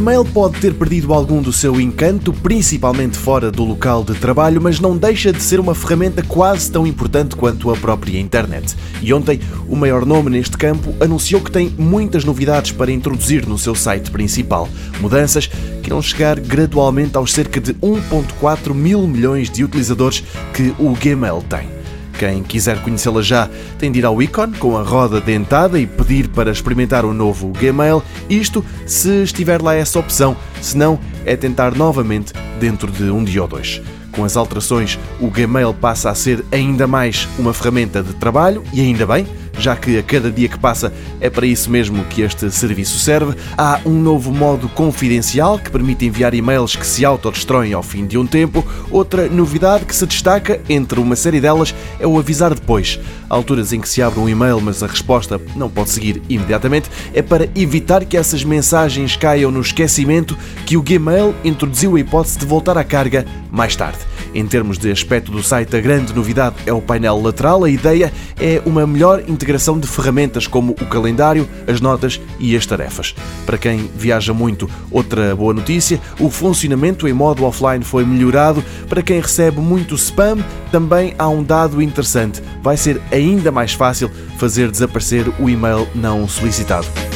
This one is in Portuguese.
Gmail pode ter perdido algum do seu encanto, principalmente fora do local de trabalho, mas não deixa de ser uma ferramenta quase tão importante quanto a própria internet. E ontem, o maior nome neste campo anunciou que tem muitas novidades para introduzir no seu site principal. Mudanças que irão chegar gradualmente aos cerca de 1,4 mil milhões de utilizadores que o Gmail tem. Quem quiser conhecê-la já tem de ir ao ícone com a roda dentada e pedir para experimentar o novo Gmail, isto se estiver lá essa opção, se não é tentar novamente dentro de um dia ou dois. Com as alterações, o Gmail passa a ser ainda mais uma ferramenta de trabalho, e ainda bem, já que a cada dia que passa é para isso mesmo que este serviço serve. Há um novo modo confidencial que permite enviar e-mails que se autodestroem ao fim de um tempo. Outra novidade que se destaca, entre uma série delas, é o avisar depois. Alturas em que se abre um e-mail, mas a resposta não pode seguir imediatamente, é para evitar que essas mensagens caiam no esquecimento que o Gmail introduziu a hipótese de voltar à carga mais tarde. Em termos de aspecto do site, a grande novidade é o painel lateral. A ideia é uma melhor integração de ferramentas como o calendário, as notas e as tarefas. Para quem viaja muito, outra boa notícia, o funcionamento em modo offline foi melhorado. Para quem recebe muito spam, também há um dado interessante. Vai ser ainda mais fácil fazer desaparecer o e-mail não solicitado.